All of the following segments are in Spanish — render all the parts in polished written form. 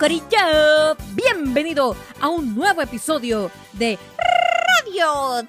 corillo, bienvenido a un nuevo episodio de Radio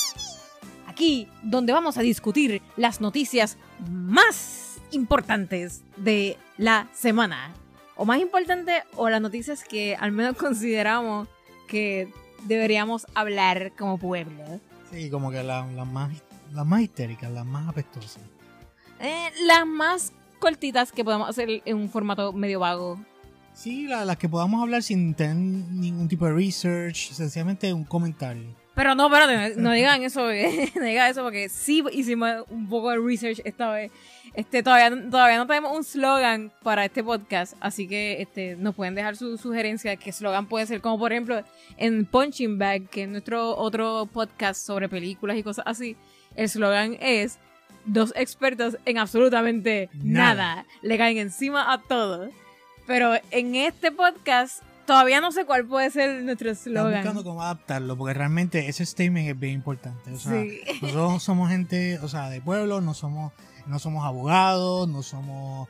aquí donde vamos a discutir las noticias más importantes de la semana, o más importante, o las noticias que al menos consideramos que deberíamos hablar como pueblo. Sí, como que las más histéricas, las más apestosas. Las más cortitas que podemos hacer en un formato medio vago. Sí, las que podamos hablar sin tener ningún tipo de research, sencillamente un comentario. Pero no, espérate, no digan eso, no digan eso porque sí hicimos un poco de research esta vez. Todavía no tenemos un slogan para este podcast, así que nos pueden dejar su sugerencia de qué slogan puede ser, como por ejemplo en Punching Bag, que es nuestro otro podcast sobre películas y cosas así. El slogan es: dos expertos en absolutamente nada. Le caen encima a todo. Pero en este podcast todavía no sé cuál puede ser nuestro eslogan. Estamos buscando cómo adaptarlo, porque realmente ese statement es bien importante. O sea, sí. Nosotros somos gente, o sea, de pueblo, no somos abogados, no somos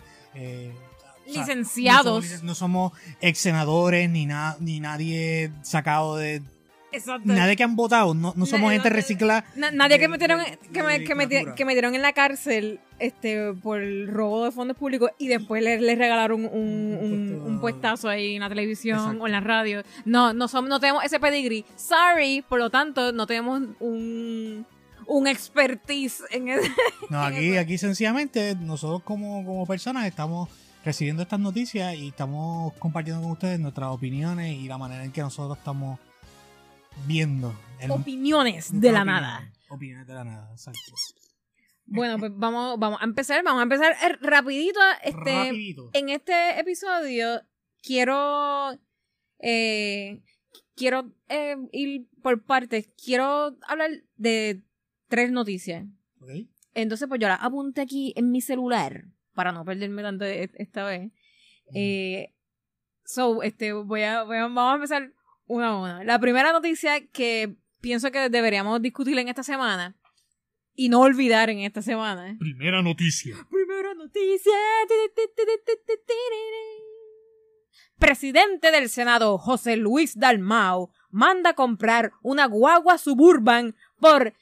licenciados. No somos ex senadores, ni nadie sacado de... Exacto. Nadie que han votado, no somos gente reciclada. Nadie que metieron en la cárcel por el robo de fondos públicos y después les regalaron un puestazo ahí en la televisión. Exacto. O en la radio. No tenemos ese pedigrí. Sorry, por lo tanto, no tenemos un expertise en eso. No, aquí sencillamente nosotros como personas estamos recibiendo estas noticias y estamos compartiendo con ustedes nuestras opiniones y la manera en que nosotros estamos viendo opiniones de la nada. Opiniones de la nada, exacto. Bueno, pues vamos a empezar rapidito. Rapidito. En este episodio quiero ir por partes. Quiero hablar de 3 noticias. Okay. Entonces, pues yo las apunté aquí en mi celular para no perderme tanto esta vez. Vamos a empezar una a una. La primera noticia que pienso que deberíamos discutir en esta semana y no olvidar en esta semana. Primera noticia. Presidente del Senado, José Luis Dalmau, manda comprar una guagua Suburban por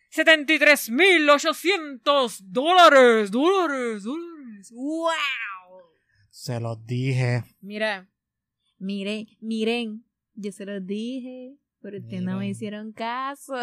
$73,800. ¡Wow! Se los dije. Miren. Yo se los dije, pero ustedes no me hicieron caso.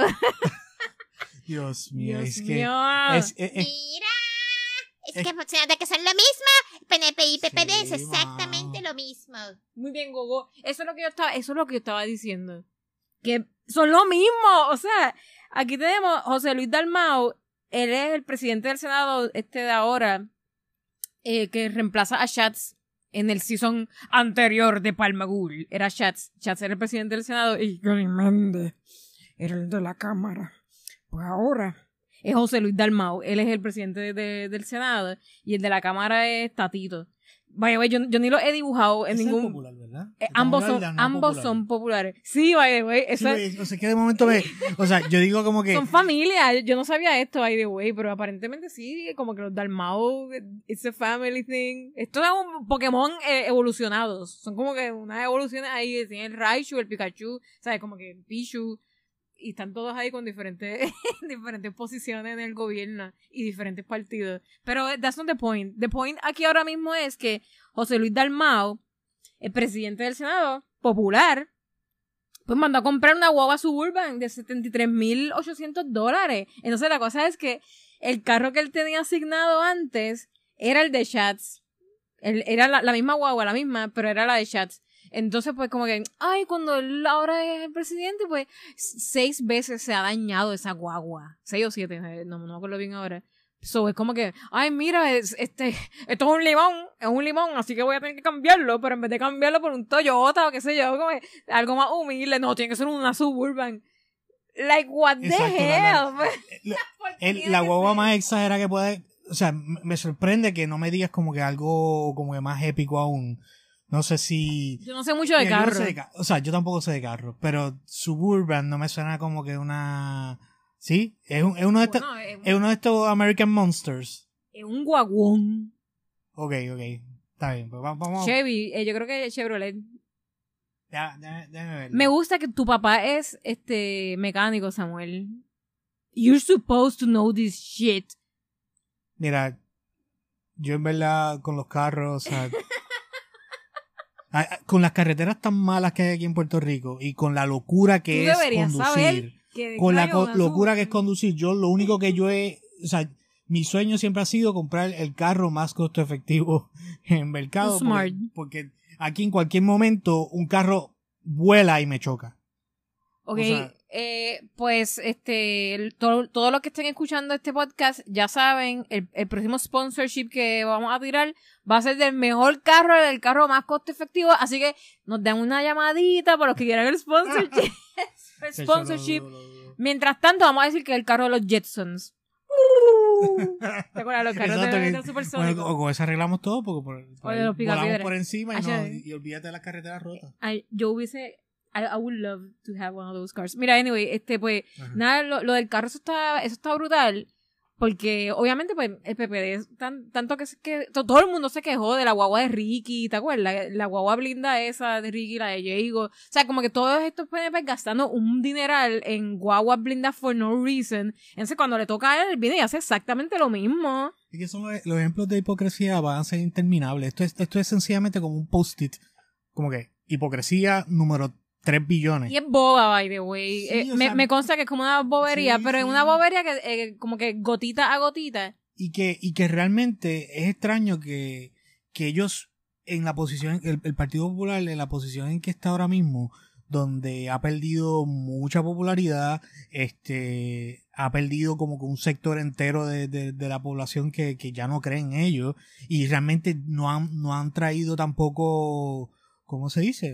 Dios mío, Dios es mío. que... Mira, es que de que son lo mismo. PNP y PPD es exactamente lo mismo. Muy bien, Gogo. Eso es lo que yo estaba diciendo. Que son lo mismo. O sea, aquí tenemos José Luis Dalmau. Él es el presidente del Senado de ahora, que reemplaza a Schatz en el season anterior de Palmagul. Era Schatz. Schatz era el presidente del Senado y Johnny Méndez era el de la Cámara. Pues ahora es José Luis Dalmau. Él es el presidente del Senado y el de la Cámara es Tatito. Vaya, yo ni lo he dibujado en ningún... Es popular, ¿verdad? Ambos son populares. Sí, vaya, güey. O sea, que de momento o sea, yo digo como que... Son familia. Yo no sabía esto, by the way, pero aparentemente sí, como que los Dalmau, it's a family thing. Esto es un Pokémon evolucionados. Son como que unas evoluciones ahí. Tiene el Raichu, el Pikachu, ¿sabes? Como que el Pichu. Y están todos ahí con diferentes posiciones en el gobierno y diferentes partidos. Pero that's not the point. The point aquí ahora mismo es que José Luis Dalmau, el presidente del Senado, popular, pues mandó a comprar una guagua Suburban de $73,800. Entonces la cosa es que el carro que él tenía asignado antes era el de Schatz. Era la misma guagua, pero era la de Schatz. Entonces, pues, como que, cuando él ahora es el presidente, pues, 6 veces se ha dañado esa guagua. 6 o 7, no me acuerdo bien ahora. So, es como que, mira, esto es un limón, así que voy a tener que cambiarlo, pero en vez de cambiarlo por un Toyota o qué sé yo, como algo más humilde, no, tiene que ser una Suburban. Like, what the hell? La guagua más exagerada que puede, o sea, me sorprende que no me digas como que algo como que más épico aún. No sé si... Yo no sé mucho de carro. O sea, yo tampoco sé de carro. Pero Suburban no me suena como que una... ¿Sí? Es uno de estos American Monsters. Es un guaguón. Ok. Está bien, pues vamos. Chevy, yo creo que Chevrolet. Déjame ver. Me gusta que tu papá es mecánico, Samuel. You're supposed to know this shit. Mira, yo en verdad con los carros, o sea, con las carreteras tan malas que hay aquí en Puerto Rico y con la locura que Tú es deberías saber conducir, que con la rayos locura azul. que es conducir, yo lo único que o sea, mi sueño siempre ha sido comprar el carro más costo efectivo en el mercado. Smart. Porque aquí en cualquier momento un carro vuela y me choca. Ok, O sea, pues todos los que estén escuchando este podcast ya saben, el próximo sponsorship que vamos a tirar va a ser del mejor carro, el carro más costo efectivo, así que nos dan una llamadita para los que quieran el sponsorship. el sponsorship. Mientras tanto vamos a decir que es el carro de los Jetsons. ¿Te acuerdas? Los carros Exacto, de que- supersónicos. bueno, con eso arreglamos todo porque por O de ahí los picapiedras. volamos por encima Ay, y olvídate de las carreteras rotas. Yo hubiese... I would love to have one of those cars. Mira, anyway, pues, Ajá. nada, lo del carro, eso está brutal. Porque, obviamente, pues, el PPD es tanto que todo el mundo se quejó de la guagua de Ricky, ¿te acuerdas? La guagua blinda esa de Ricky, la de Jago. O sea, como que todos estos PNP gastando un dineral en guaguas blindas for no reason. Entonces, cuando le toca a él, viene y hace exactamente lo mismo. Y que son los ejemplos de hipocresía van a ser interminables. Esto es sencillamente como un post-it. Como que hipocresía número 3 billones. Y es boba, by the way. Sí, o me, sea, me consta que es como una bobería, sí, pero es sí. una bobería que como que gotita a gotita. Y que realmente es extraño que ellos en la posición, el Partido Popular en la posición en que está ahora mismo, donde ha perdido mucha popularidad, ha perdido como que un sector entero de la población que ya no cree en ellos y realmente no han traído tampoco, ¿cómo se dice?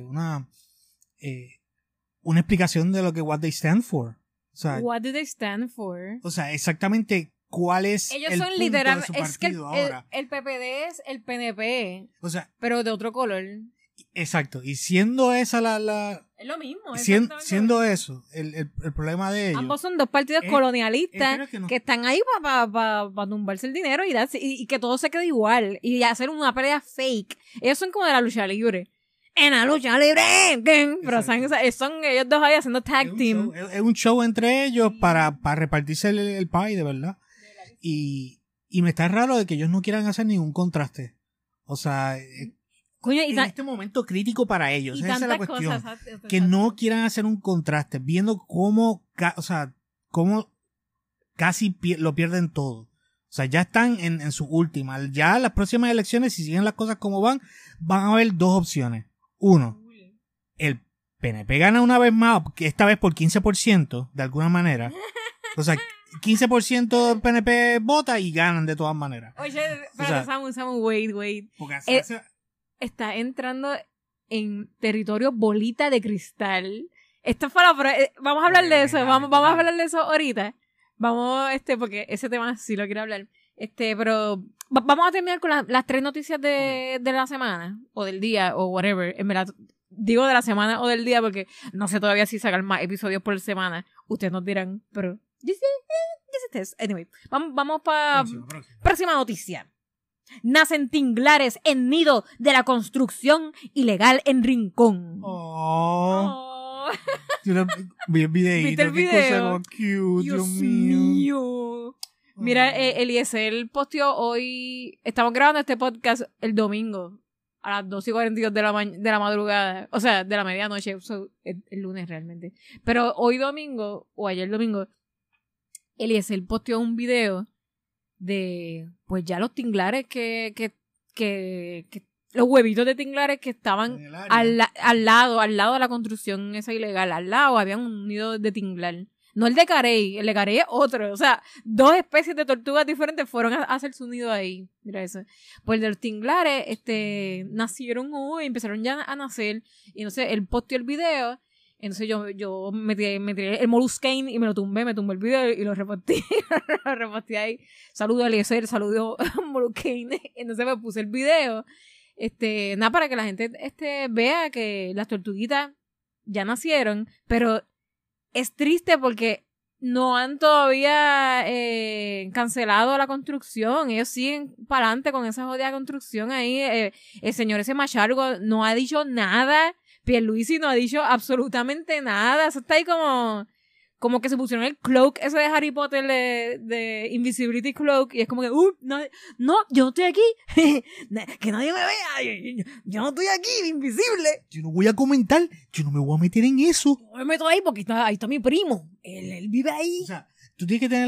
Una explicación de lo que what they stand for. What do they stand for? O sea, exactamente cuál es Ellos el son punto literal, de su es que partido ahora. el PPD es el PNP, O sea, pero de otro color. exacto. Y siendo esa Es lo mismo. siendo eso el problema de ellos. Ambos son dos partidos Es- colonialistas es que que están ahí para tumbarse el dinero y que todo se quede igual y hacer una pelea fake. Ellos son como de la lucha libre. En la lucha libre, pero son ellos dos ahí haciendo tag team. Es un show entre ellos para repartirse el pie, de verdad. Y me está raro de que ellos no quieran hacer ningún contraste. O sea, Coño, en este momento crítico para ellos. y Esa es la tantas cuestión. cosas. Que no quieran hacer un contraste, viendo cómo casi lo pierden todo. O sea, ya están en su última. Ya las próximas elecciones, si siguen las cosas como van a haber dos opciones. Uno, el PNP gana una vez más, que esta vez por 15%, de alguna manera. O sea, 15% del PNP vota y ganan de todas maneras. Oye, O sea, Samu, wait. Porque Está entrando en territorio bolita de cristal. Esto es vamos a hablar de eso, vamos a hablar de eso ahorita. Vamos, porque ese tema sí lo quiero hablar. Pero vamos a terminar con las tres noticias de la semana, o del día, o whatever. En verdad, digo de la semana o del día porque no sé todavía si sacar más episodios por semana. Ustedes nos dirán, pero anyway, vamos para próxima noticia. Nacen tinglares en nido de la construcción ilegal en Rincón. Oh. Yo vi el videíto. ¿Viste el qué video? cosa cute, Dios mío. Mira, Eliezer posteó hoy. Estamos grabando este podcast el domingo a las 2:42 de la madrugada. O sea, de la medianoche. El lunes realmente. Pero hoy domingo, o ayer domingo, Eliezer posteó un video de, pues ya los tinglares que los huevitos de tinglares que estaban al lado de la construcción esa ilegal. Al lado había un nido de tinglar. No el de carey, el de carey es otro. O sea, dos especies de tortugas diferentes fueron a hacer su nido ahí. Mira eso. Pues el de los tinglares, nacieron hoy, empezaron ya a nacer. Y entonces él posteó el video. Entonces yo me tiré el Moluscane y me tumbé el video y lo reposté. Lo reposté ahí. Saludo a Eliezer, saludo a Moluscane. Entonces me puse el video. Nada, para que la gente vea que las tortuguitas ya nacieron, pero es triste porque no han todavía cancelado la construcción. Ellos siguen para adelante con esa jodida construcción ahí. El señor ese Machargo no ha dicho nada. Pierluisi no ha dicho absolutamente nada. Eso está ahí como que se pusieron el cloak ese de Harry Potter de Invisibility Cloak y es como que, no, yo no estoy aquí, que nadie me vea, yo no estoy aquí, invisible. Yo no voy a comentar, yo no me voy a meter en eso. No me meto ahí porque ahí está mi primo, él vive ahí. O sea, tú tienes que tener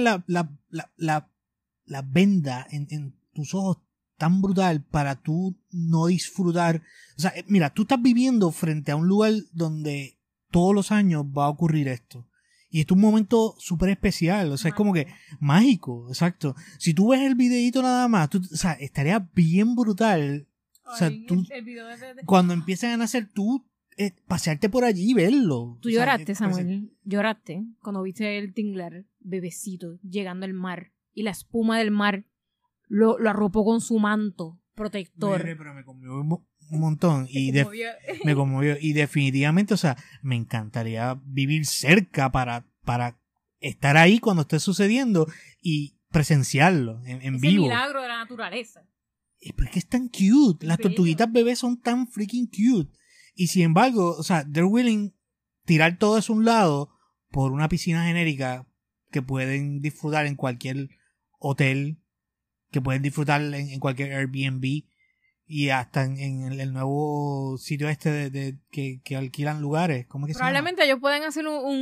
la venda en tus ojos tan brutal para tú no disfrutar. O sea, mira, tú estás viviendo frente a un lugar donde todos los años va a ocurrir esto. Y esto es un momento súper especial, o sea, es como que mágico, exacto. Si tú ves el videito nada más, o sea, estaría bien brutal. O sea, tú, el video cuando empiezan a nacer, tú pasearte por allí y verlo. Tú lloraste, Samuel, lloraste cuando viste el Tinglar, bebecito, llegando al mar. Y la espuma del mar lo arropó con su manto protector. Pero me conmovió un montón me conmovió y definitivamente, o sea, me encantaría vivir cerca para estar ahí cuando esté sucediendo y presenciarlo en vivo. Es el milagro de la naturaleza. Pero es que es tan cute, las tortuguitas bebés son tan freaking cute y sin embargo, o sea, they're willing tirar todo eso a un lado por una piscina genérica que pueden disfrutar en cualquier hotel, que pueden disfrutar en cualquier Airbnb y hasta en el nuevo sitio este que alquilan lugares. ¿Cómo es que probablemente ellos pueden hacer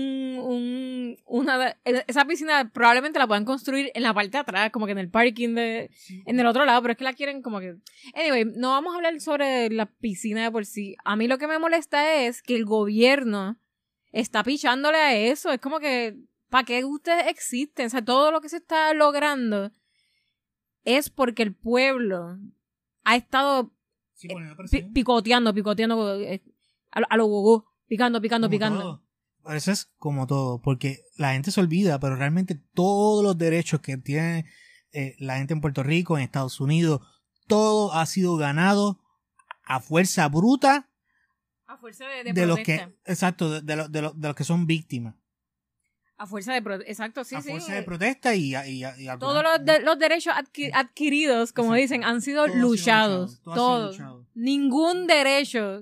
esa piscina probablemente la puedan construir en la parte de atrás, como que en el parking en el otro lado, pero es que la quieren como que... Anyway, no vamos a hablar sobre la piscina de por sí. A mí lo que me molesta es que el gobierno está pichándole a eso. Es como que, ¿para qué ustedes existen? O sea, todo lo que se está logrando es porque el pueblo ha estado picoteando a lo gogó, picando. Eso es como todo, porque la gente se olvida, pero realmente todos los derechos que tiene la gente en Puerto Rico, en Estados Unidos, todo ha sido ganado a fuerza bruta, a fuerza de los que, exacto, de los que son víctimas. A fuerza de protesta, exacto, sí, a sí. A fuerza de protesta y todos los derechos adquiridos, como exacto, dicen, han sido luchados. Todos. Ningún derecho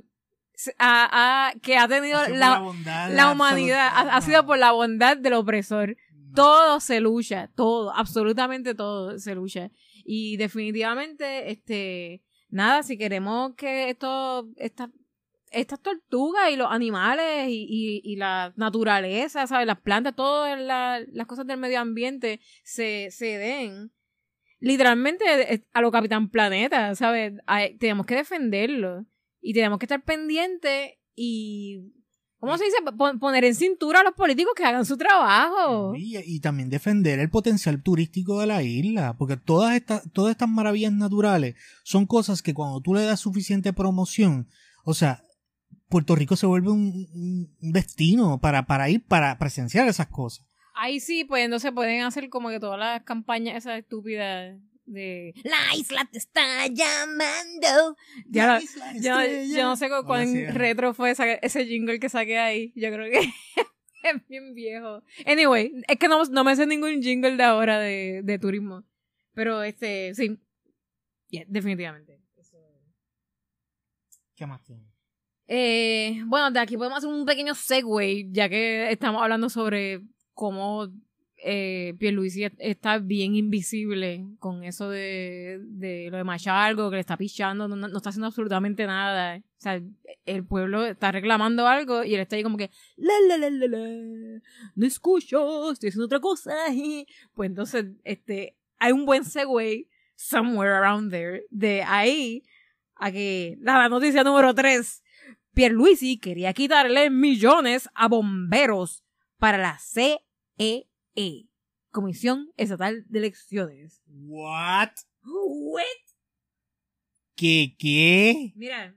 que ha tenido la humanidad ha sido por la bondad del opresor. No. Todo se lucha, todo, absolutamente todo se lucha. Y definitivamente, nada, si queremos que estas tortugas y los animales y la naturaleza, ¿sabes? Las plantas, todas las cosas del medio ambiente se den literalmente a lo Capitán Planeta, ¿sabes? Tenemos que defenderlo y tenemos que estar pendientes y, ¿cómo se dice? Poner en cintura a los políticos que hagan su trabajo. Y también defender el potencial turístico de la isla, porque todas estas maravillas naturales son cosas que cuando tú le das suficiente promoción, o sea, Puerto Rico se vuelve un destino para ir para presenciar esas cosas. Ahí sí, pues entonces pueden hacer como que todas las campañas esas estúpidas de la isla te está llamando. Yo no sé cuán retro fue ese jingle que saqué ahí. Yo creo que es bien viejo. Anyway, es que no me sé ningún jingle de ahora de turismo. Pero sí. Yeah, definitivamente. ¿Qué más tiene? Bueno, de aquí podemos hacer un pequeño segue, ya que estamos hablando sobre cómo Pierluisi está bien invisible con eso de lo de Machargo, que le está pichando, no está haciendo absolutamente nada. O sea, el pueblo está reclamando algo y él está ahí como que no escucho, estoy haciendo otra cosa. Pues entonces, hay un buen segue somewhere around there de ahí a que la noticia número 3. Pierluisi quería quitarle millones a bomberos para la CEE, Comisión Estatal de Elecciones. What? ¿Qué? Mira.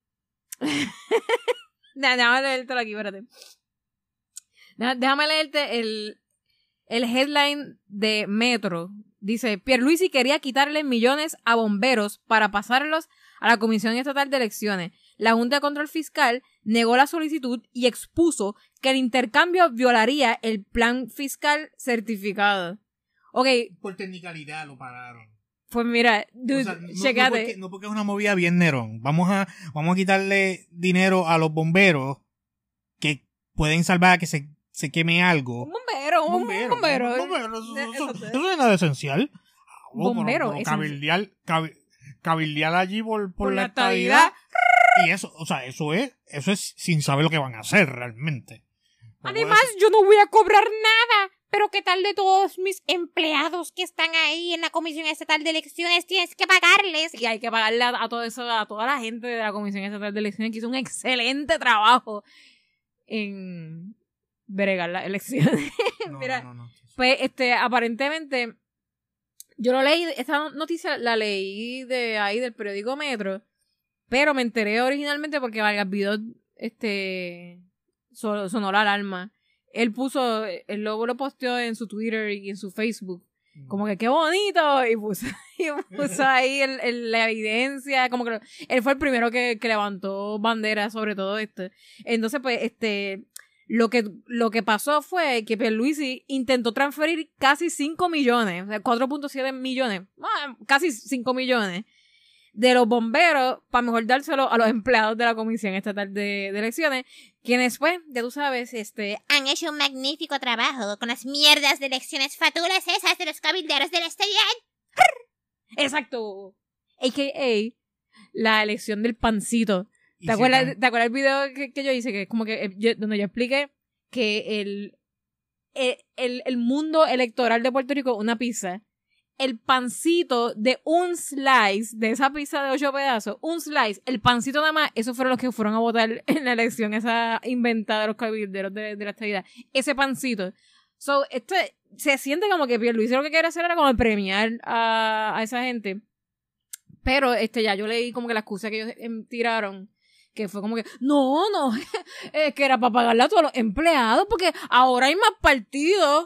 Déjame leértelo aquí, espérate. Déjame leerte el headline de Metro. Dice, Pierluisi quería quitarle millones a bomberos para pasarlos a la Comisión Estatal de Elecciones. la Junta de Control Fiscal negó la solicitud y expuso que el intercambio violaría el plan fiscal certificado. Ok. Por technicalidad lo pararon. Pues mira, dude, o sea, chécate. No porque es una movida bien Nerón. Vamos a quitarle dinero a los bomberos que pueden salvar a que se queme algo. Un bombero. Eso no es nada esencial. Bombero. Pero cabildear allí por la estadidad. Y eso, o sea, eso es sin saber lo que van a hacer realmente. Además, yo no voy a cobrar nada. Pero ¿qué tal de todos mis empleados que están ahí en la Comisión Estatal de Elecciones? Tienes que pagarles. Y hay que pagarle a todo eso, a toda la gente de la Comisión Estatal de Elecciones que hizo un excelente trabajo en bregar las elecciones. Mira, No. pues aparentemente yo lo leí, esta noticia la leí de ahí del periódico Metro, pero me enteré originalmente porque Vargas Vidot sonó la alarma. Él luego lo posteó en su Twitter y en su Facebook. Como que qué bonito. Y puso ahí la evidencia. Como que él fue el primero que levantó bandera sobre todo esto. Entonces, pues, lo que pasó fue que Pierluisi intentó transferir casi 5 millones, o sea, 4.7 millones, casi 5 millones de los bomberos para mejor dárselo a los empleados de la Comisión Estatal de Elecciones, quienes, pues, ya tú sabes, han hecho un magnífico trabajo con las mierdas de elecciones fatulas esas de los cabilderos de la estadidad. Exacto. A.K.A. la elección del pancito. ¿Te acuerdas el video que yo hice? Que es como que donde yo expliqué que el mundo electoral de Puerto Rico, una pizza. El pancito de un slice, de esa pizza de 8 pedazos, un slice, el pancito nada más, esos fueron los que fueron a votar en la elección, esa inventada de los cabilderos de la estadidad. Ese pancito. So, se siente como que Pierluisi lo que quiere hacer era como premiar a esa gente. Pero ya yo leí como que la excusa que ellos tiraron, que fue como que, no, es que era para pagarle a todos los empleados, porque ahora hay más partidos.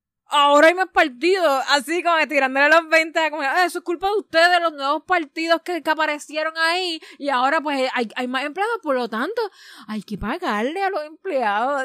Así como que tirándole las ventas, como eso es culpa de ustedes, los nuevos partidos que aparecieron ahí, y ahora pues hay más empleados, por lo tanto, hay que pagarle a los empleados.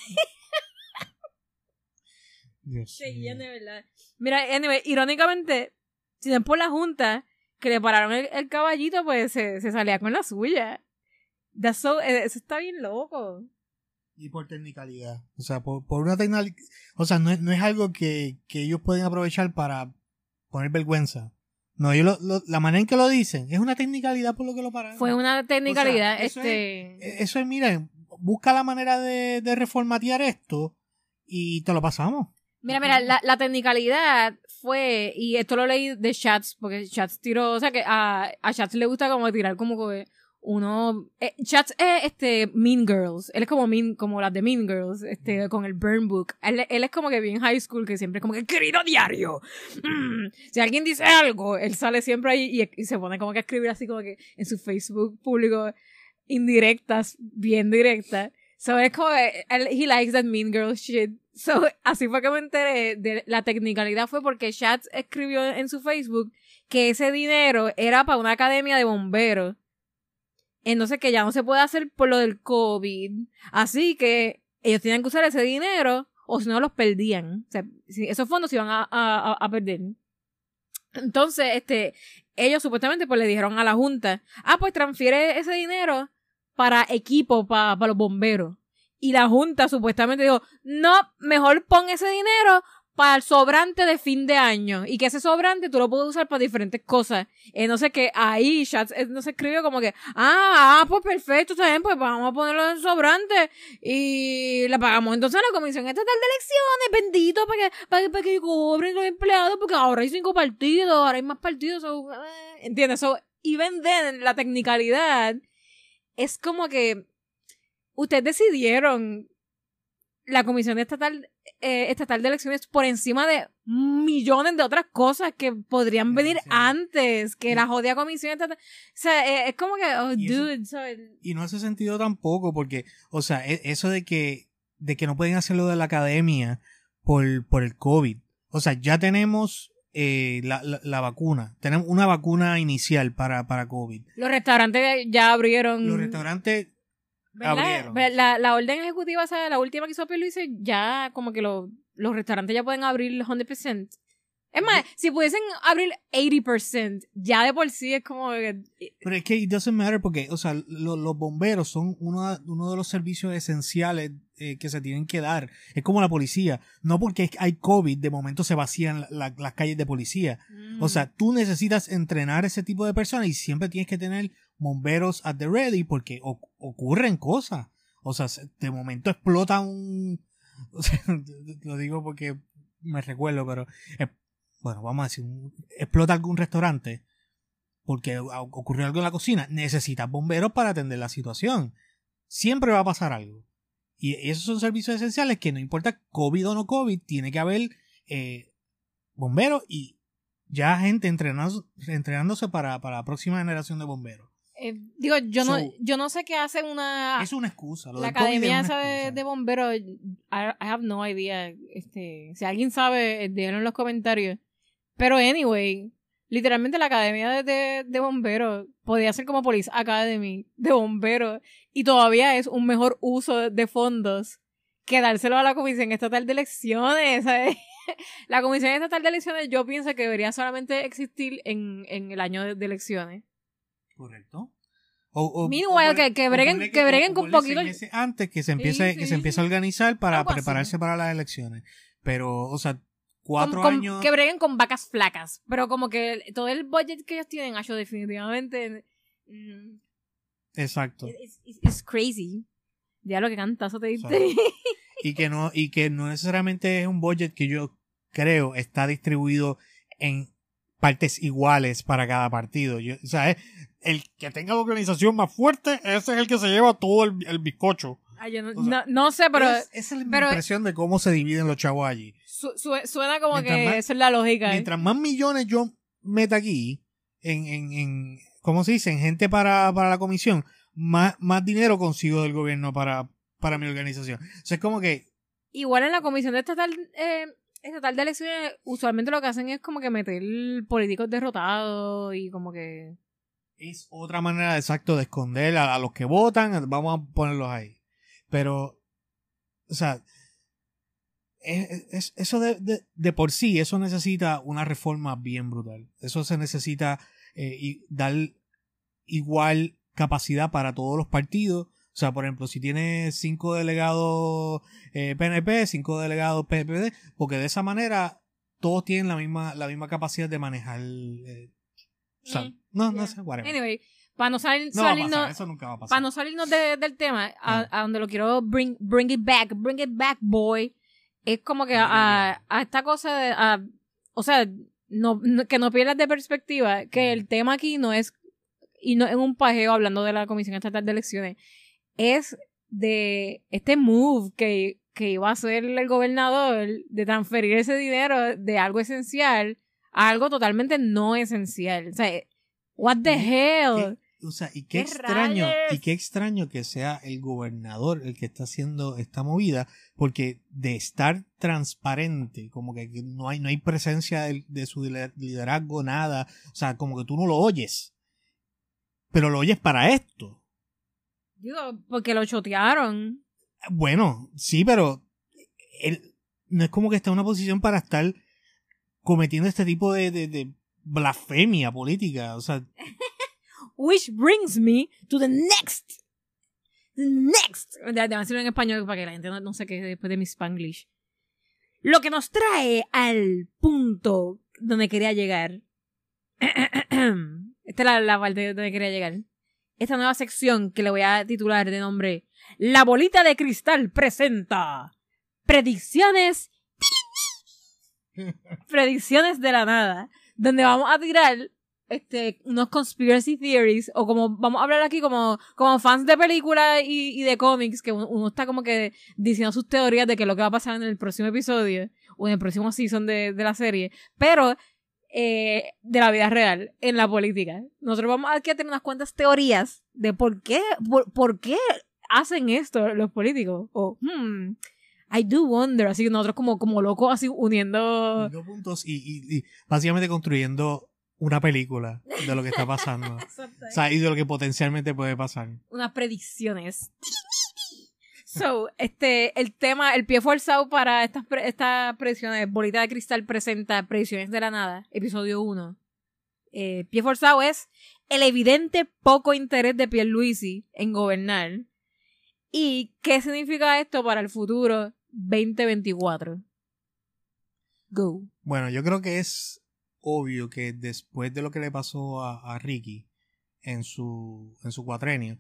Seguían de verdad. Mira, anyway, irónicamente, si no es por la Junta que le pararon el caballito, pues se salía con la suya. Eso está bien loco. Y por technicalidad. O sea, por una technicalidad. O sea, no es algo que ellos pueden aprovechar para poner vergüenza. No, ellos la manera en que lo dicen es una technicalidad por lo que lo pararon. Fue una technicalidad. O sea, eso es, mira, busca la manera de reformatear esto y te lo pasamos. Mira, la technicalidad fue, y esto lo leí de Chats, porque Chats tiró, o sea que a Chats le gusta como tirar como que Chats es Mean Girls, él es como las de Mean Girls, con el Burn Book, él es como que bien high school, que siempre es como que querido diario, si alguien dice algo, él sale siempre ahí y se pone como que a escribir así como que en su Facebook público indirectas, bien directas. So es como he likes that Mean Girl shit. So así fue que me enteré de la technicalidad, fue porque Chats escribió en su Facebook que ese dinero era para una academia de bomberos. Entonces que ya no se puede hacer por lo del COVID. Así que ellos tenían que usar ese dinero o si no los perdían. O sea, esos fondos se iban a perder. Entonces, ellos supuestamente pues le dijeron a la Junta, pues transfiere ese dinero para equipo, para los bomberos. Y la Junta supuestamente dijo, no, mejor pon ese dinero para el sobrante de fin de año. Y que ese sobrante tú lo puedes usar para diferentes cosas. No sé qué, ahí Chats no se escribió como que, pues perfecto, está bien, pues vamos a ponerlo en sobrante. Y le pagamos entonces a la Comisión Estatal de Elecciones, bendito, para que cobren los empleados, porque ahora hay 5 partidos, ahora hay más partidos. ¿Entiendes? Y venden la technicalidad. Es como que ustedes decidieron la Comisión Estatal de Elecciones por encima de millones de otras cosas que podrían venir antes que la jodida Comisión Estatal. O sea, es como que, dude, ¿sabes? Y no hace sentido tampoco porque, o sea, eso de que no pueden hacerlo de la academia por el COVID. O sea, ya tenemos la vacuna. Tenemos una vacuna inicial para COVID. Los restaurantes ya abrieron. Los restaurantes abrieron. La orden ejecutiva, o sea, la última que hizo Pierluisi, ya como que los restaurantes ya pueden abrir el 100%. Es más, si pudiesen abrir 80%, ya de por sí es como que... Pero es que it doesn't matter porque, o sea, los bomberos son uno de los servicios esenciales que se tienen que dar. Es como la policía. No porque hay COVID, de momento se vacían las calles de policía. O sea, tú necesitas entrenar ese tipo de personas y siempre tienes que tener bomberos at the ready porque ocurren cosas. O sea, de momento explota un... O sea, lo digo porque me recuerdo, pero... Bueno, vamos a decir, explota algún restaurante porque ocurrió algo en la cocina, necesitas bomberos para atender la situación. Siempre va a pasar algo. Y esos son servicios esenciales que no importa COVID o no COVID, tiene que haber bomberos y ya gente entrenándose para la próxima generación de bomberos. Digo, yo no sé qué hace una... Es una excusa. La academia esa de bomberos, I have no idea. Si alguien sabe, díganlo en los comentarios. Pero anyway, literalmente la academia de bomberos podía ser como Police Academy de bomberos y todavía es un mejor uso de fondos que dárselo a la Comisión Estatal de Elecciones, ¿sabes? La Comisión Estatal de Elecciones yo pienso que debería solamente existir en el año de elecciones. Correcto. Meanwhile, que breguen con poquito antes que se empiece a organizar para prepararse para las elecciones. Pero, o sea, 4 años... Que breguen con vacas flacas. Pero como que todo el budget que ellos tienen, definitivamente... Exacto. It's crazy. Ya lo que cantazo te diste. Y que no necesariamente es un budget que yo creo está distribuido en partes iguales para cada partido. O sea, el que tenga la organización más fuerte, ese es el que se lleva todo el bizcocho. Yo no sé, pero... Esa es mi impresión de cómo se dividen los chavos allí. Suena como que esa es la lógica. Mientras más millones yo meta aquí, ¿cómo se dice? En gente para la comisión, más dinero consigo del gobierno para mi organización. O sea, es como que... Igual en la comisión estatal de elecciones, usualmente lo que hacen es como que meter políticos derrotados y como que... Es otra manera exacto de esconder a los que votan, vamos a ponerlos ahí. Pero, o sea, eso de por sí, eso necesita una reforma bien brutal. Eso se necesita dar igual capacidad para todos los partidos. O sea, por ejemplo, si tiene 5 delegados PNP, 5 delegados PPD, porque de esa manera todos tienen la misma capacidad de manejar. O sea, no sé, whatever. Anyway, para no salirnos, eso nunca va a pasar. Para no salirnos del tema, a donde lo quiero bring it back, boy, es como que a esta cosa de, o sea, que no pierdas de perspectiva que el tema aquí no es, y no es un pajeo hablando de la Comisión Estatal de Elecciones, es de este move que iba a hacer el gobernador de transferir ese dinero de algo esencial a algo totalmente no esencial. O sea, what the hell? O sea, y qué extraño que sea el gobernador el que está haciendo esta movida, porque de estar transparente, como que no hay presencia de su liderazgo, nada, o sea, como que tú no lo oyes, pero lo oyes para esto. Digo, porque lo chotearon. Bueno, sí, pero él no es como que está en una posición para estar cometiendo este tipo de blasfemia política, o sea... Which brings me to the next. Déjame decirlo en español para que la gente no se quede después de mi Spanglish. Lo que nos trae al punto donde quería llegar. Esta es la parte donde quería llegar. Esta nueva sección que le voy a titular de nombre La Bolita de Cristal presenta Predicciones de la nada, donde vamos a tirar unos conspiracy theories, o como vamos a hablar aquí como fans de películas y de cómics, que uno está como que diciendo sus teorías de qué es lo que va a pasar en el próximo episodio o en el próximo season de la serie, pero de la vida real, en la política. Nosotros vamos aquí a tener unas cuantas teorías de por qué hacen esto los políticos, o I do wonder, así que nosotros como locos así uniendo... Uniendo puntos y básicamente construyendo una película de lo que está pasando. O sea, y de lo que potencialmente puede pasar. Unas predicciones. So, el tema, el pie forzado para estas predicciones, Bolita de Cristal presenta Predicciones de la Nada, episodio 1. Pie forzado es el evidente poco interés de Pierluisi en gobernar. ¿Y qué significa esto para el futuro 2024? Go. Bueno, yo creo que es obvio que después de lo que le pasó a Ricky en su cuatrenio,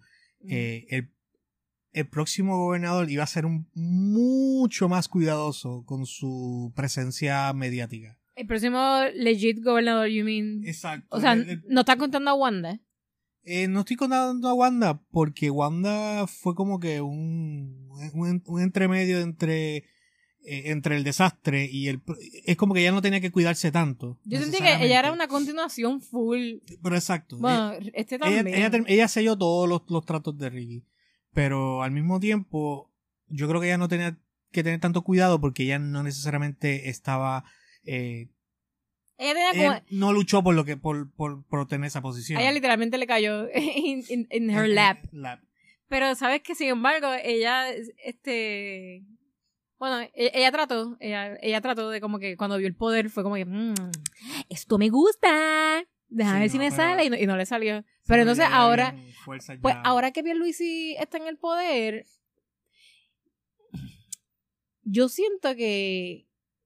el próximo gobernador iba a ser mucho más cuidadoso con su presencia mediática. El próximo legit gobernador, you mean? Exacto. O sea, ¿no está contando a Wanda? No estoy contando a Wanda porque Wanda fue como que un entremedio entre el desastre y es como que ella no tenía que cuidarse tanto. Yo sentí que ella era una continuación full. Pero exacto. Bueno, también. Ella selló todos los tratos de Ricky. Pero al mismo tiempo, yo creo que ella no tenía que tener tanto cuidado porque ella no necesariamente estaba... ella no luchó por obtener esa posición. A ella literalmente le cayó en her lap. Pero sabes que sin embargo, ella, bueno, ella trató de como que cuando vio el poder fue como que, esto me gusta. Déjame ver si me sale y no le salió. Pero entonces ahora, pues ahora que Pierluisi está en el poder, yo siento que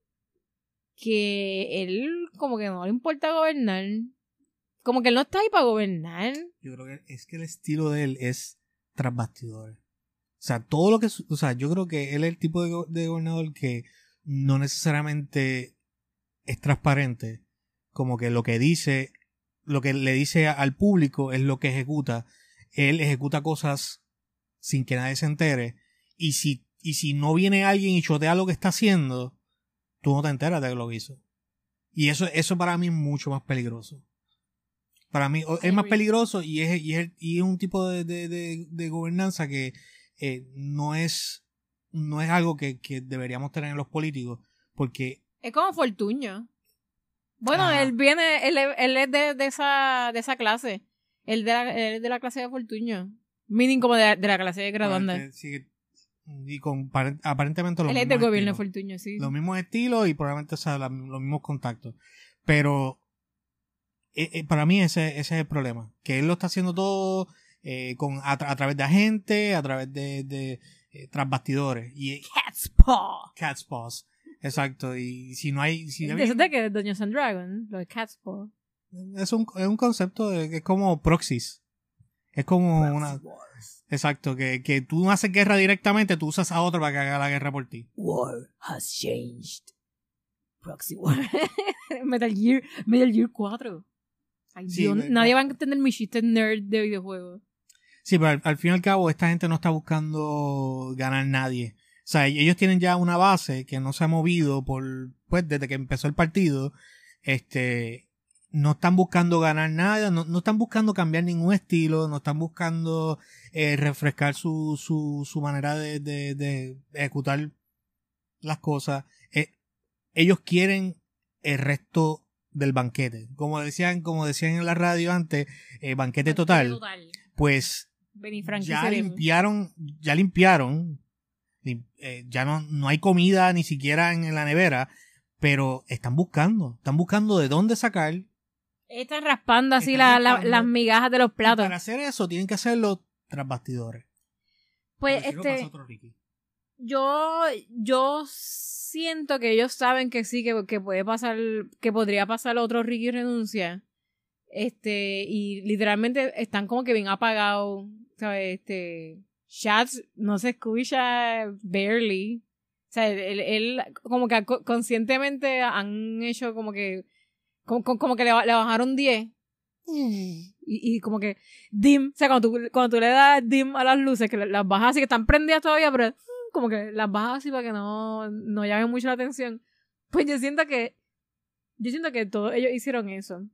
él como que no le importa gobernar. Como que él no está ahí para gobernar. Yo creo que es que el estilo de él es tras bastidores. O sea, todo lo que... O sea, yo creo que él es el tipo de gobernador que no necesariamente es transparente. Como que lo que dice... Lo que le dice al público es lo que ejecuta. Él ejecuta cosas sin que nadie se entere. Y si no viene alguien y chotea lo que está haciendo, tú no te enteras de lo que hizo. Y eso para mí es mucho más peligroso. Para mí es más peligroso y es un tipo de gobernanza que no es algo que deberíamos tener en los políticos. Porque... Es como Fortuño. Bueno, él es de esa clase. Él es de la clase de Fortuño. Meaning como de la clase de graduanda. Sí, y aparentemente él es del gobierno de Fortuño, sí. Los mismos estilos y probablemente los mismos contactos. Pero para mí ese es el problema. Que él lo está haciendo todo a través de agentes, a través de tras bastidores. Y Cat's Paws. Exacto, y si no hay... ¿Eso de qué? Dungeons and Dragons, lo de Cat's Paw. Es un concepto que es como proxies. Es como una... Exacto, que tú no haces guerra directamente, tú usas a otro para que haga la guerra por ti. War has changed. Proxy War. Metal Gear 4. Ay, sí, Dios, nadie va a entender mi chiste nerd de videojuegos. Sí, pero al fin y al cabo esta gente no está buscando ganar nadie. O sea, ellos tienen ya una base que no se ha movido desde que empezó el partido. No están buscando ganar nada, no están buscando cambiar ningún estilo, no están buscando refrescar su manera de ejecutar las cosas. Ellos quieren el resto del banquete. Como decían en la radio antes, banquete total. Pues ya limpiaron. Ya no hay comida ni siquiera en la nevera, pero están buscando de dónde sacar. Están raspando así las migajas de los platos. Y para hacer eso tienen que hacerlo tras bastidores. Pues yo siento que ellos saben que sí, que puede pasar, que podría pasar otro Ricky renuncia. Y literalmente están como que bien apagados, ¿sabes? Chats no se escucha barely. O sea, él como que conscientemente han hecho como que le bajaron 10. Y como que dim, o sea, cuando tú le das dim a las luces, que las bajas así que están prendidas todavía, pero como que las bajas así para que no llamen mucho la atención. Pues yo siento que todos ellos hicieron eso.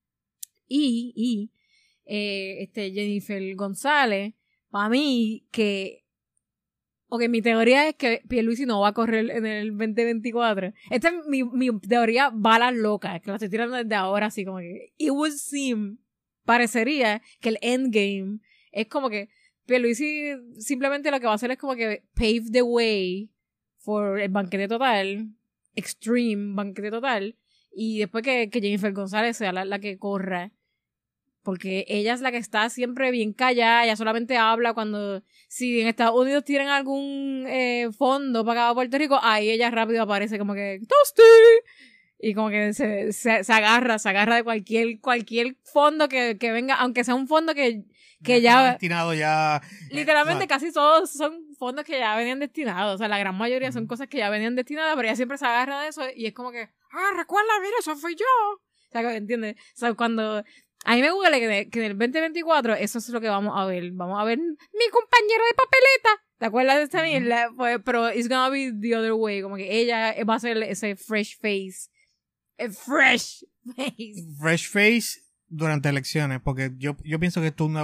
Y Jennifer González, para mí, que Ok, mi teoría es que Pierluisi no va a correr en el 2024. Esta es mi teoría balas locas, que la estoy tirando desde ahora, así como que it would seem, parecería que el endgame es como que Pierluisi simplemente lo que va a hacer es como que pave the way for el banquete total, extreme banquete total, y después que Jennifer González sea la que corra. Porque ella es la que está siempre bien callada, ella solamente habla cuando, si en Estados Unidos tienen algún fondo para acá a Puerto Rico, ahí ella rápido aparece como que, ¡Toasty! Y como que se agarra de cualquier fondo que venga, aunque sea un fondo que ya destinado ya. Literalmente casi todos son fondos que ya venían destinados, o sea, la gran mayoría son cosas que ya venían destinadas, pero ella siempre se agarra de eso y es como que, recuerda, mira, eso fui yo. O sea, ¿entiendes? O sea, cuando... A mí me gusta que en el 2024 eso es lo que vamos a ver. Vamos a ver mi compañero de papeleta. ¿Te acuerdas de esta mierda? Pues, pero it's gonna be the other way. Como que ella va a ser ese fresh face. Fresh face. Fresh face durante elecciones. Porque yo pienso que esto es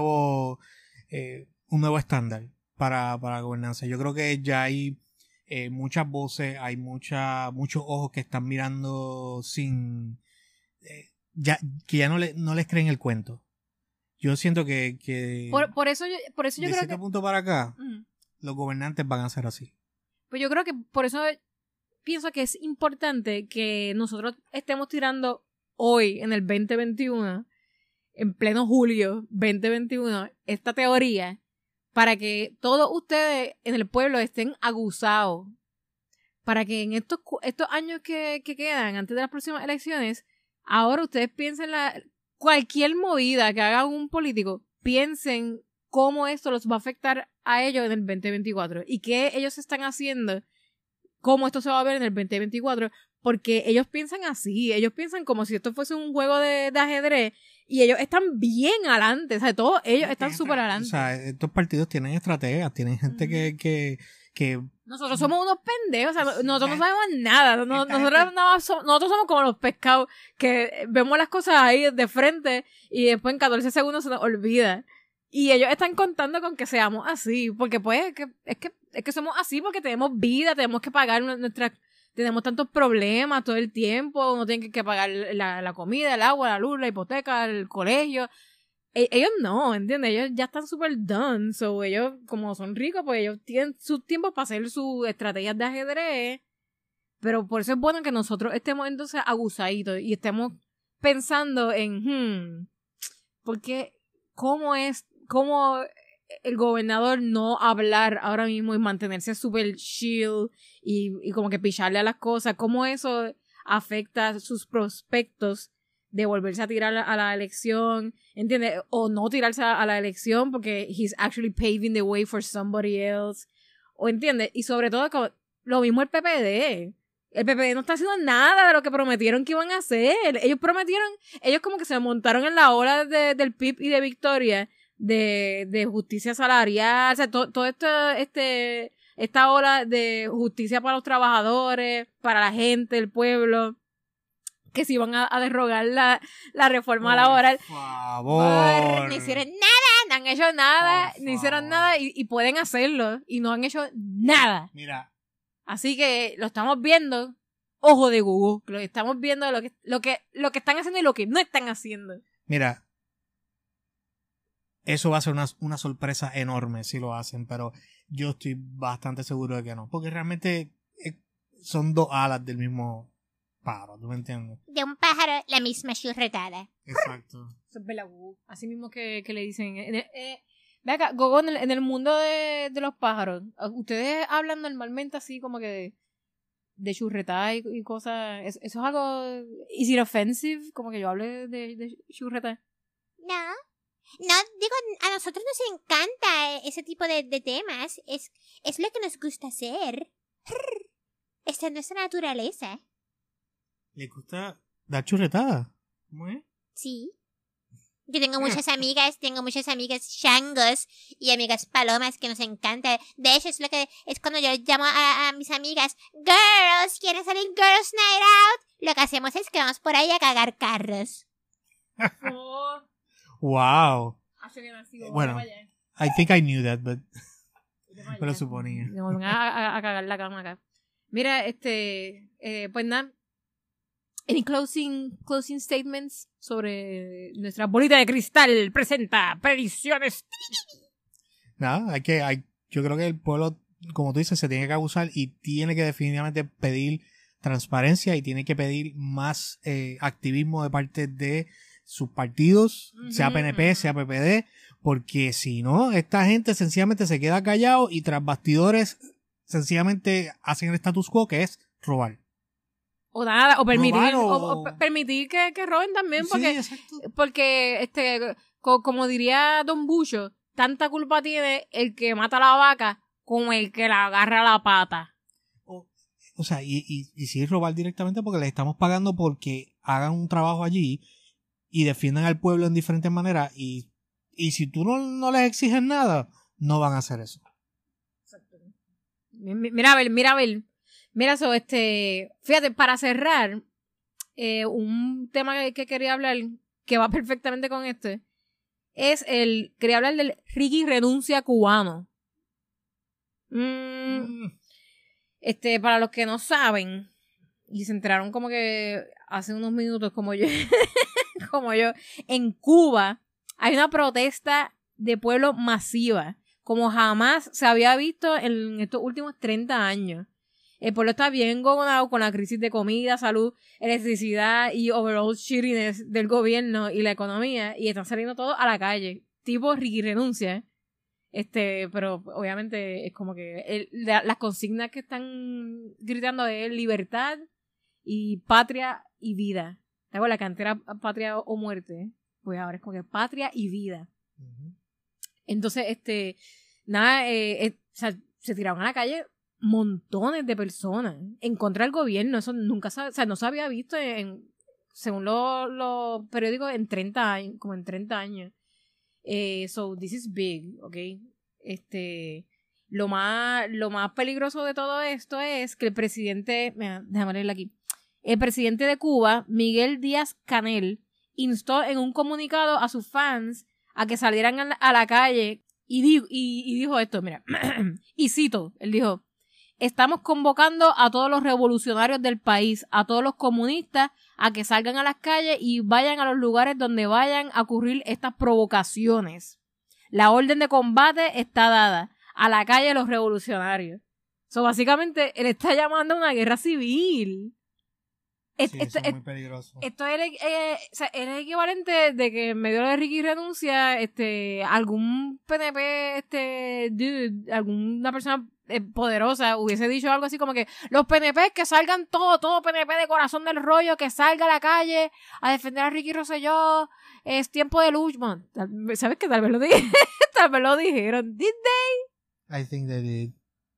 un nuevo estándar para la gobernanza. Yo creo que ya hay muchas voces, hay muchos ojos que están mirando sin... que ya no les creen el cuento. Yo siento que por eso yo de creo cierto que punto para acá los gobernantes van a ser así. Pues yo creo que por eso pienso que es importante que nosotros estemos tirando hoy en el 2021, en pleno julio 2021, esta teoría para que todos ustedes en el pueblo estén aguzados, para que en estos años que quedan antes de las próximas elecciones, ahora ustedes piensen cualquier movida que haga un político, piensen cómo esto los va a afectar a ellos en el 2024 y qué ellos están haciendo, cómo esto se va a ver en el 2024, porque ellos piensan así, ellos piensan como si esto fuese un juego de ajedrez y ellos están bien adelante, o sea, todos ellos están súper adelante. O sea, estos partidos tienen estrategas, tienen gente que nosotros somos unos pendejos, o sea, nosotros no sabemos nada, nosotros somos como los pescados que vemos las cosas ahí de frente y después en 14 segundos se nos olvida. Y ellos están contando con que seamos así, porque pues es que somos así porque tenemos vida, tenemos que pagar tenemos tantos problemas todo el tiempo, uno tiene que pagar la comida, el agua, la luz, la hipoteca, el colegio. Ellos no, ¿entiendes? Ellos ya están súper done, so ellos, como son ricos, pues ellos tienen sus tiempos para hacer sus estrategias de ajedrez, pero por eso es bueno que nosotros estemos entonces aguzaditos y estemos pensando en, porque cómo el gobernador no hablar ahora mismo y mantenerse súper chill y como que picharle a las cosas, cómo eso afecta sus prospectos de volverse a tirar a la elección, ¿entiendes? O no tirarse a la elección porque he's actually paving the way for somebody else, o ¿entiendes? Y sobre todo lo mismo el PPD. El PPD no está haciendo nada de lo que prometieron que iban a hacer. Ellos como que se montaron en la ola del PIB y de Victoria de justicia salarial, o sea, todo esta ola de justicia para los trabajadores, para la gente, el pueblo, que si iban a derrogar la reforma laboral. Por favor. No hicieron nada. No han hecho nada, no hicieron nada y pueden hacerlo y no han hecho nada. Mira. Así que lo estamos viendo, ojo de Google, lo estamos viendo lo que están haciendo y lo que no están haciendo. Mira, eso va a ser una sorpresa enorme si lo hacen, pero yo estoy bastante seguro de que no, porque realmente son dos alas del mismo pájaro, ¿tú me entiendes? De un pájaro, la misma churretada. Exacto. Eso es Bella Google, así mismo que le dicen. Ve acá, Gogo, en el mundo de los pájaros, ¿ustedes hablan normalmente así como que de churretada y cosas? ¿Eso es algo... ¿Is it offensive? Como que yo hable de churretada. No, digo, a nosotros nos encanta ese tipo de temas. Es lo que nos gusta hacer. Esta es nuestra naturaleza. ¿Le gusta dar churretada? ¿Cómo es? Sí. Yo tengo muchas amigas changos y amigas palomas que nos encanta. De hecho, es cuando yo llamo a mis amigas, girls, ¿quieren salir girls night out? Lo que hacemos es que vamos por ahí a cagar carros. Wow. Bueno, I think I knew that, but... Me lo suponía. Nos van a cagar la cama acá. Mira, pues nada. Any closing statements sobre nuestra bolita de cristal presenta predicciones? Nada, yo creo que el pueblo, como tú dices, se tiene que abusar y tiene que definitivamente pedir transparencia y tiene que pedir más activismo de parte de sus partidos, sea PNP, sea PPD, porque si no, esta gente sencillamente se queda callado y tras bastidores sencillamente hacen el status quo, que es robar. O nada, o permitir, o permitir que roben también, porque, sí, porque como diría Don Bucho, tanta culpa tiene el que mata a la vaca como el que la agarra la pata. O sea, y si es robar directamente porque les estamos pagando porque hagan un trabajo allí y defiendan al pueblo en diferentes maneras y si tú no les exiges nada, no van a hacer eso. Exacto. Mira a ver. Mira eso, fíjate, para cerrar, un tema que quería hablar, que va perfectamente con quería hablar del Ricky renuncia cubano. Para los que no saben, y se enteraron como que hace unos minutos como yo, en Cuba hay una protesta de pueblo masiva, como jamás se había visto en estos últimos 30 años. El pueblo está bien gobernado con la crisis de comida, salud, electricidad y overall shittiness del gobierno y la economía, y están saliendo todos a la calle. Tipo Ricky renuncia. Pero obviamente es como que las consignas que están gritando es libertad y patria y vida. ¿Te acuerdas? Que antes era patria o muerte. Pues ahora es como que patria y vida. Uh-huh. Entonces, nada, se tiraron a la calle montones de personas en contra del gobierno. Eso nunca no se había visto según los periódicos en 30 años, como en 30 años. So this is big, okay. Lo más peligroso de todo esto es que el presidente, déjame leerlo aquí. El presidente de Cuba, Miguel Díaz-Canel, instó en un comunicado a sus fans a que salieran a la calle y dijo esto, mira, y cito, él dijo: estamos convocando a todos los revolucionarios del país, a todos los comunistas, a que salgan a las calles y vayan a los lugares donde vayan a ocurrir estas provocaciones. La orden de combate está dada. A la calle los revolucionarios. Básicamente, él está llamando a una guerra civil. Sí, eso es muy peligroso. Esto es el equivalente de que en medio de Ricky renuncia, algún PNP, alguna persona poderosa hubiese dicho algo así como que los PNP que salgan todo PNP de corazón del rollo, que salga a la calle a defender a Ricky Rosselló, es tiempo de lucha. ¿Sabes qué? Tal vez lo dije. Tal vez lo dijeron. ¿Did they? I think they did.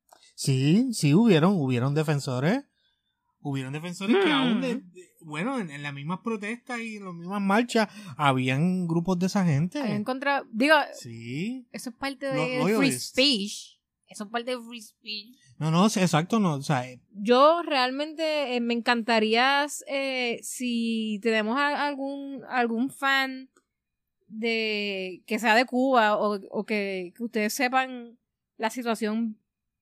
Sí, hubieron defensores. Hubieron defensores que aún, en las mismas protestas y en las mismas marchas, habían grupos de esa gente. En contra, sí. Eso es parte de free speech. Eso es parte de free speech. No, exacto, no, o sea... Yo realmente me encantaría si tenemos algún fan que sea de Cuba o que ustedes sepan la situación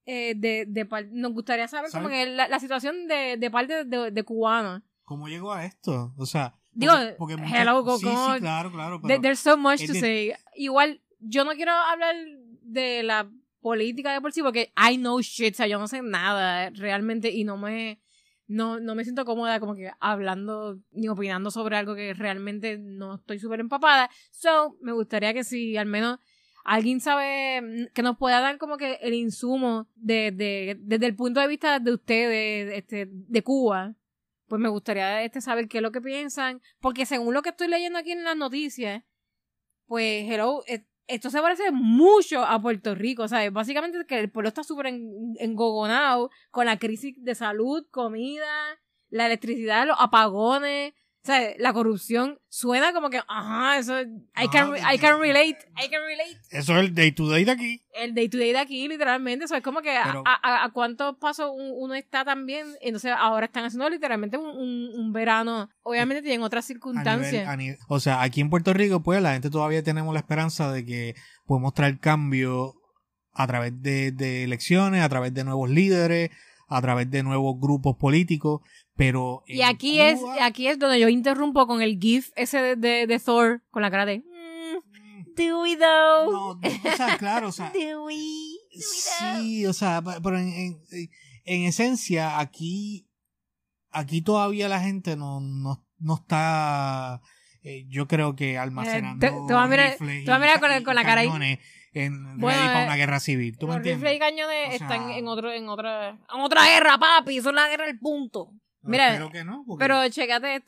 nos gustaría saber como que la situación de parte de cubanos. ¿Cómo llegó a esto? O sea, porque hello, sí, claro. Pero there's so much to say. Igual, yo no quiero hablar de la política de por sí porque I know shit, o sea, yo no sé nada realmente y no me siento cómoda como que hablando ni opinando sobre algo que realmente no estoy súper empapada. So, me gustaría que si al menos alguien sabe que nos pueda dar como que el insumo desde el punto de vista de ustedes, de Cuba, pues me gustaría saber qué es lo que piensan, porque según lo que estoy leyendo aquí en las noticias, pues esto se parece mucho a Puerto Rico, ¿sabes? Básicamente que el pueblo está súper engogonado con la crisis de salud, comida, la electricidad, los apagones. O sea, la corrupción suena como que, eso, I can relate. Eso es el day to day de aquí. El day to day de aquí, literalmente. Eso es como que a cuántos pasos uno está también. Entonces ahora están haciendo literalmente un verano. Obviamente tienen otras circunstancias. O sea, aquí en Puerto Rico, pues la gente todavía tenemos la esperanza de que podemos traer cambio a través de elecciones, a través de nuevos líderes, a través de nuevos grupos políticos, pero y aquí es donde yo interrumpo con el gif ese de Thor con la cara de do we though? No, o sea, claro, o sea, Do we sí, o sea, pero en esencia aquí todavía la gente no está, yo creo que almacenando te vas a mirar con la cara ahí. Ready para una guerra civil. ¿Tú me los entiendes? rifles y cañones O sea, están en otra guerra, papi. Son la guerra del punto. No, Mira, espero que no, porque pero chécate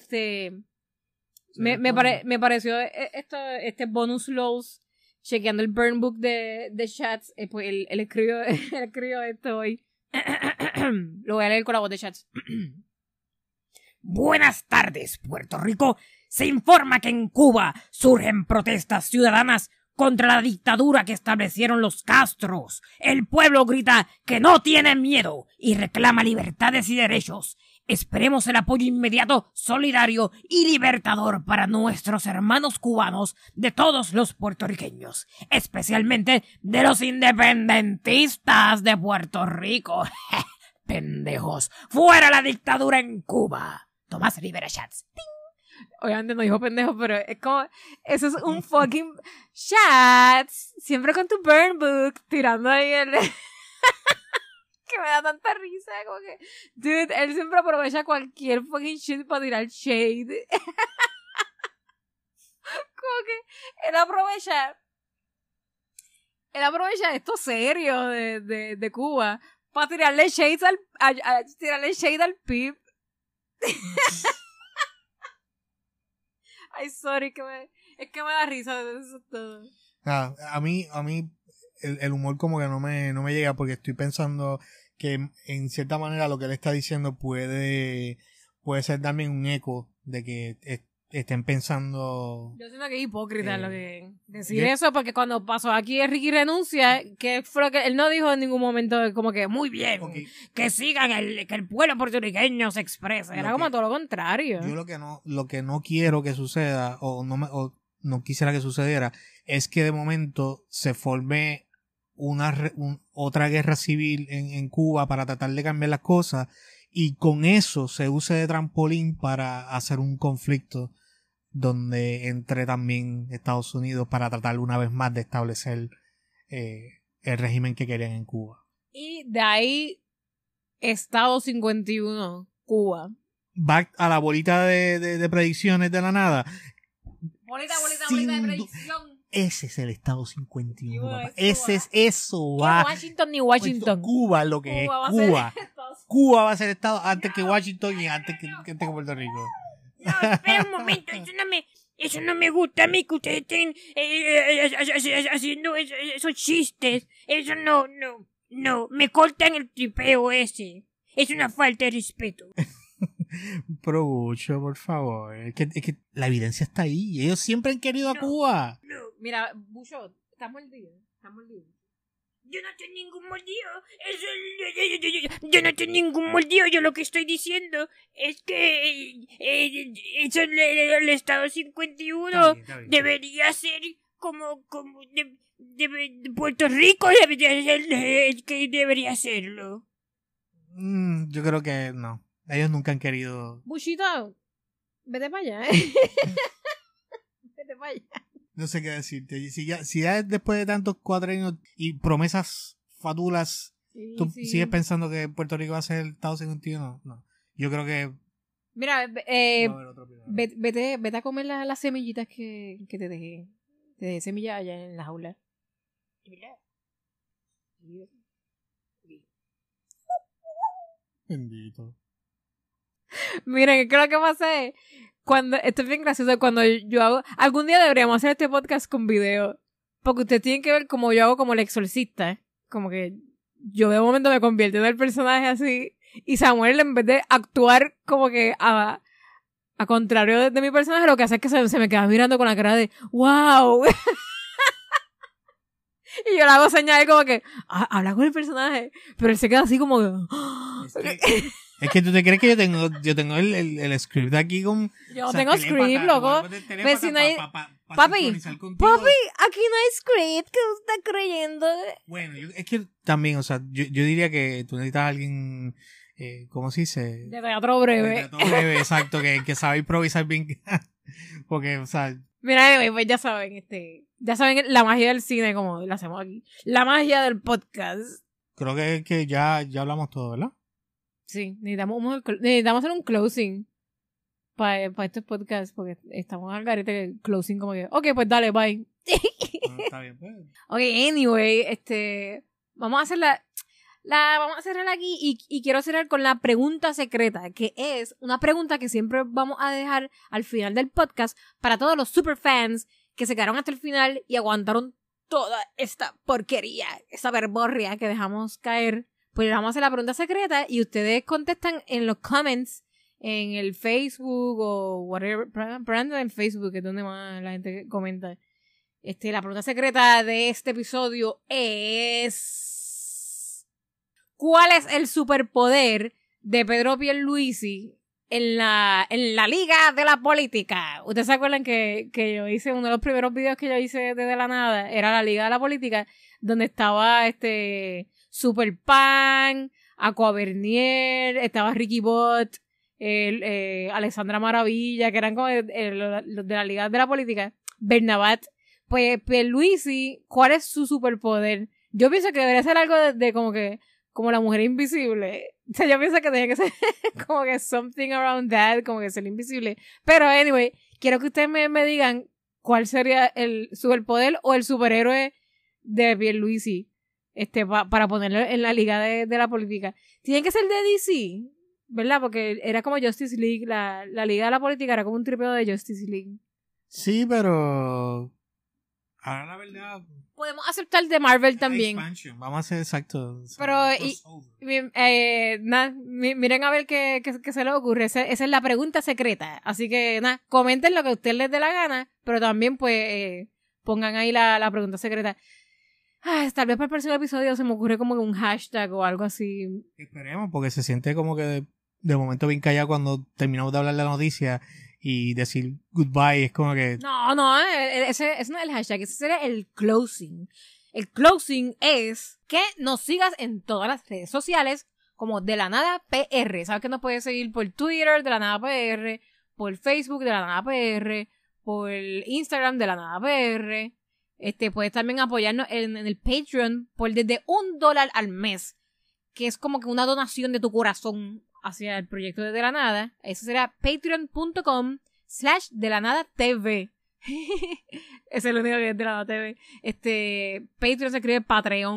me pareció este bonus lows chequeando el burn book de Chats. Pues él escribió esto hoy. Lo voy a leer con la voz de Chats. Buenas tardes, Puerto Rico. Se informa que en Cuba surgen protestas ciudadanas contra la dictadura que establecieron los Castros. El pueblo grita que no tiene miedo y reclama libertades y derechos. Esperemos el apoyo inmediato, solidario y libertador para nuestros hermanos cubanos de todos los puertorriqueños, especialmente de los independentistas de Puerto Rico. Pendejos, fuera la dictadura en Cuba. Tomás Rivera Chats. Obviamente no dijo pendejo, pero es como, eso es un fucking Chats, siempre con tu burn book, tirando ahí el... que me da tanta risa, como que, dude, él siempre aprovecha cualquier fucking shit para tirar shade. Como que él aprovecha esto serio de Cuba para tirarle shade al PIB. Ay, sorry, es que me da risa de eso todo. A mí el humor como que no me llega porque estoy pensando que en cierta manera lo que él está diciendo puede ser también un eco de que estén pensando... Yo siento que es hipócrita lo que decir eso, porque cuando pasó aquí Ricky renuncia, que fue lo que él no dijo en ningún momento como que muy bien, que sigan que el pueblo puertorriqueño se exprese. Era como todo lo contrario. Yo lo que no quiero que suceda o no quisiera que sucediera es que de momento se forme otra guerra civil en Cuba para tratar de cambiar las cosas y con eso se use de trampolín para hacer un conflicto donde entre también Estados Unidos para tratar una vez más de establecer el régimen que querían en Cuba. Y de ahí Estado 51, Cuba. Va a la bolita de predicciones de la nada. Bolita de predicción. Ese es el Estado 51. Cuba, Eso va. No Washington ni Washington. Cuba lo que es Cuba. Cuba va a ser Estado antes que Washington y antes que Puerto Rico. No, espera un momento, eso no me gusta a mí que ustedes estén haciendo esos chistes. Eso no, me cortan el tripeo ese. Es una falta de respeto. Pero Bucho, por favor, es que la evidencia está ahí. Ellos siempre han querido a Cuba. No. Mira, Bucho, está mordido. Yo no tengo ningún mordido. Yo no tengo ningún mordido. Yo lo que estoy diciendo es que eso el Estado 51 Está bien. debería ser como de Puerto Rico. Debería ser el que debería hacerlo. Yo creo que no. Ellos nunca han querido. Buchito, vete para allá, Vete para allá. No sé qué decirte. Si ya después de tantos cuatrienios y promesas fatulas, ¿tú sigues pensando que Puerto Rico va a ser el Estado 51? No. Yo creo que... Mira, va a haber otro primero. vete a comer las semillitas que te dejé. Te dejé semillas allá en la jaula. Bendito. Miren, creo que pasa es esto es bien gracioso cuando yo hago, algún día deberíamos hacer este podcast con video, porque ustedes tienen que ver como yo hago como el exorcista, como que yo de momento me convierto en el personaje así, y Samuel en vez de actuar como que a contrario de mi personaje, lo que hace es que se me queda mirando con la cara de wow. Y yo le hago señales como que habla con el personaje, pero él se queda así como Es que tú te crees que yo tengo el script aquí con... Yo no tengo script, loco. Pues si no hay... para Papi, sincronizar contigo. Papi, aquí no hay script que usted está creyendo. Bueno, es que también, o sea, yo diría que tú necesitas a alguien, ¿cómo se dice? De teatro breve. De teatro breve, exacto, que sabe improvisar bien. Porque, o sea... Mira, anyway, pues ya saben la magia del cine como la hacemos aquí. La magia del podcast. Creo que ya hablamos todo, ¿verdad? Sí, necesitamos hacer un closing para este podcast porque estamos al garete closing como que, ok, pues dale, bye. Está bien, pues. Ok, anyway, vamos a hacerla aquí y quiero cerrar con la pregunta secreta, que es una pregunta que siempre vamos a dejar al final del podcast para todos los superfans que se quedaron hasta el final y aguantaron toda esta porquería, esta verborria que dejamos caer. Pues vamos a hacer la pregunta secreta y ustedes contestan en los comments en el Facebook o whatever, probablemente en Facebook, que es donde más la gente comenta. La pregunta secreta de este episodio es: ¿cuál es el superpoder de Pedro Pierluisi en la liga de la política? ¿Ustedes se acuerdan que yo hice uno de los primeros videos que yo hice desde la nada? Era la liga de la política, donde estaba Super Pan, Aqua Bernier, estaba Ricky Bott, Alexandra Maravilla, que eran como los de la liga de la política, Bernabat. Pues Pierluisi, ¿cuál es su superpoder? Yo pienso que debería ser algo de como la mujer invisible. O sea, yo pienso que tenía que ser como que something around that, como que ser invisible. Pero anyway, quiero que ustedes me digan cuál sería el superpoder o el superhéroe de Pierluisi, para ponerlo en la liga de la política. Tienen que ser de DC, ¿verdad? Porque era como Justice League, la liga de la política era como un tripeo de Justice League. Sí, pero... ahora la verdad... podemos aceptar de Marvel también. Expansion. Vamos a hacer exacto. Pero, miren a ver qué se les ocurre. Esa es la pregunta secreta. Así que, comenten lo que a ustedes les dé la gana, pero también, pues, pongan ahí la pregunta secreta. Tal vez para el próximo episodio se me ocurre como un hashtag o algo así. Esperemos, porque se siente como que de momento bien callado cuando terminamos de hablar de la noticia y decir goodbye. Es como que... No, ese no es el hashtag, ese sería el closing. El closing es que nos sigas en todas las redes sociales como De La Nada PR. Sabes que nos puedes seguir por Twitter, De La Nada PR, por Facebook, De La Nada PR, por Instagram, De La Nada PR. Puedes también apoyarnos en el Patreon por desde $1 al mes, que es como que una donación de tu corazón hacia el proyecto de La Nada. Eso será patreon.com/DeLaNadaTV. Ese es el único que es De La Nada TV. Patreon se escribe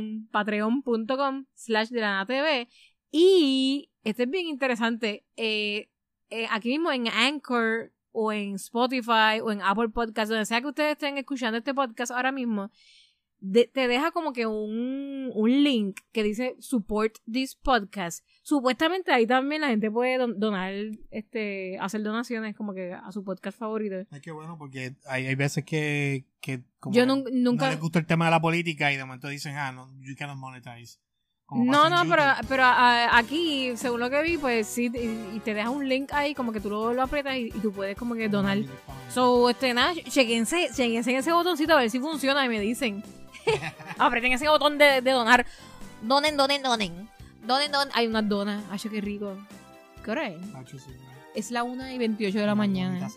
patreon.com/DeLaNadaTV. Y esto es bien interesante. Aquí mismo en Anchor o en Spotify o en Apple Podcast, donde sea que ustedes estén escuchando este podcast ahora mismo, te deja como que un link que dice support this podcast. Supuestamente ahí también la gente puede donar, hacer donaciones como que a su podcast favorito. Ay, qué bueno, porque hay veces que como yo nunca no les gusta el tema de la política y de momento dicen, no, you cannot monetize. No, pero aquí, según lo que vi, pues sí, y te deja un link ahí, como que tú lo aprietas y tú puedes como que donar. So, chequense en ese botoncito a ver si funciona y me dicen. Aprieten ese botón de donar. Donen. Hay unas donas. Ay, qué rico. ¿Qué hora es? Es la 1:28 de la mañana.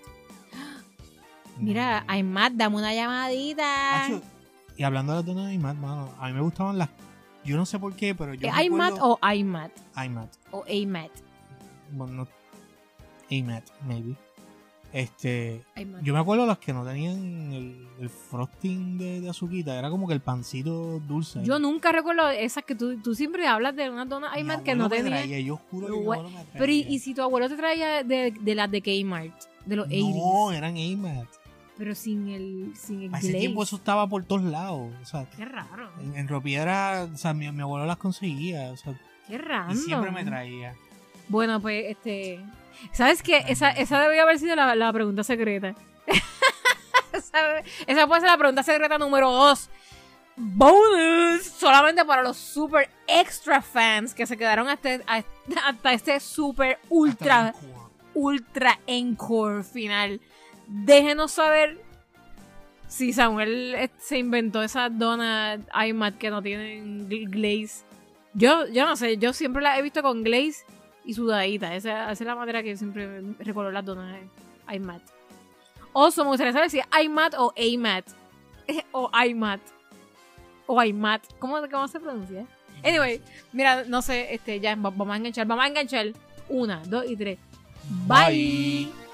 Mira, Aymat, dame una llamadita. Y hablando de las donas de Aymat, mano, a mí me gustaban las... Yo no sé por qué, pero yo ¿Aymat o Aymat? Aymat. O Aymat. Bueno, Aymat, maybe. Aymat. Yo me acuerdo las que no tenían el frosting de azuquita, era como que el pancito dulce. Yo nunca recuerdo esas que tú siempre hablas de unas donas Aymat que no tenían. Yo juro que mi abuelo me traía. Pero ¿y si tu abuelo te traía de las de Kmart? De los 80s. No, eran Aymat. Pero sin el Hace tiempo eso estaba por todos lados. O sea, qué raro. En Ropiedra, o sea, mi abuelo las conseguía. O sea, qué raro. Y siempre me traía. Bueno, pues, ¿sabes qué? Esa debería haber sido la pregunta secreta. Esa puede ser la pregunta secreta número 2. Bonus. Solamente para los super extra fans que se quedaron hasta este super ultra encore final. Déjenos saber si Samuel se inventó esas donas iMat que no tienen glaze. Yo no sé, yo siempre las he visto con glaze y sudadita. Esa es la manera que yo siempre recuerdo las donas iMat. Oso, me gustaría saber si es iMat o AMAT. O iMat. O iMat. ¿Cómo se pronuncia? Anyway, mira, no sé, ya vamos a enganchar. 1, 2 y 3. Bye.